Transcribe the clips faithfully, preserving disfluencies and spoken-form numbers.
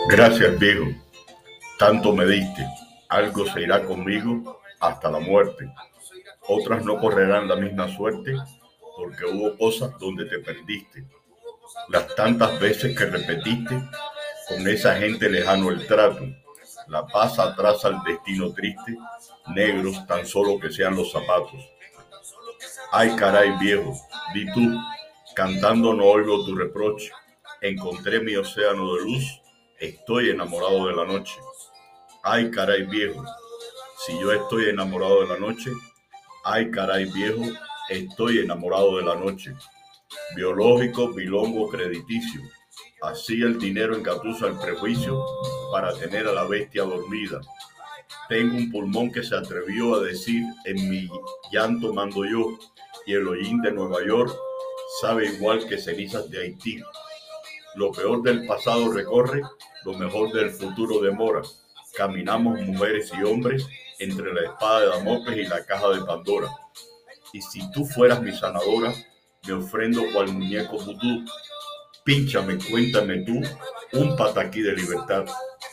Gracias, viejo, tanto me diste. Algo se irá conmigo hasta la muerte. Otras no correrán la misma suerte, porque hubo cosas donde te perdiste. Las tantas veces que repetiste con esa gente lejano el trato. La paz atrasa al destino triste, negros tan solo que sean los zapatos. Ay, caray, viejo, di tú, cantando no oigo tu reproche. Encontré mi océano de luz, estoy enamorado de la noche. Ay, caray, viejo, si yo estoy enamorado de la noche, ay, caray, viejo, estoy enamorado de la noche. Biológico, bilongo, crediticio. Así el dinero engatusa el prejuicio para tener a la bestia dormida. Tengo un pulmón que se atrevió a decir en mi llanto mando yo, y el hollín de Nueva York sabe igual que cenizas de Haití. Lo peor del pasado recorre, lo mejor del futuro demora. Caminamos mujeres y hombres entre la espada de Damocles y la caja de Pandora. Y si tú fueras mi sanadora, me ofrendo cual muñeco vudú. Pínchame, cuéntame tú, un pataquí de libertad.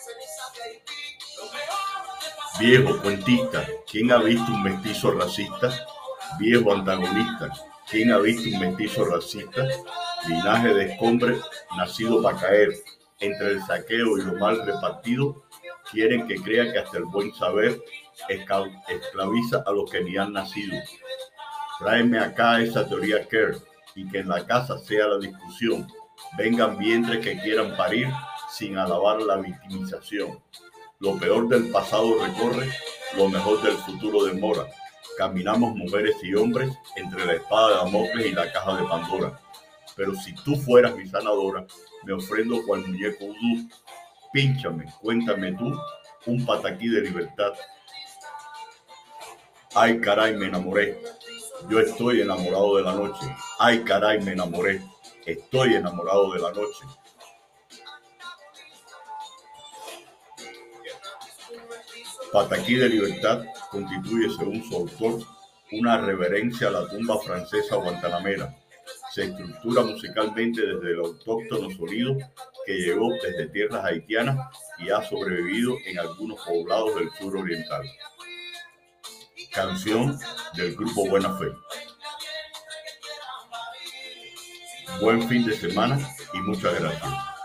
Viejo cuentista, ¿quién ha visto un mestizo racista? Viejo antagonista, ¿quién ha visto un mestizo racista? Linaje de escombres, nacido para caer. Entre el saqueo y lo mal repartido, quieren que crea que hasta el buen saber esclaviza a los que ni han nacido. Tráeme acá esa teoría Kerr y que en la casa sea la discusión. Vengan vientres que quieran parir sin alabar la victimización. Lo peor del pasado recorre, lo mejor del futuro demora. Caminamos mujeres y hombres entre la espada de Damocles y la caja de Pandora. Pero si tú fueras mi sanadora, me ofrendo cual muñeco vudú. Pínchame, cuéntame tú, un pataquí de libertad. Ay, caray, me enamoré. Yo estoy enamorado de la noche. Ay, caray, me enamoré. Estoy enamorado de la noche. Pataquí de libertad constituye, según su autor, una reverencia a la tumba francesa guantanamera. Se estructura musicalmente desde el autóctono sonido que llegó desde tierras haitianas y ha sobrevivido en algunos poblados del sur oriental. Canción del grupo Buena Fe. Buen fin de semana y muchas gracias.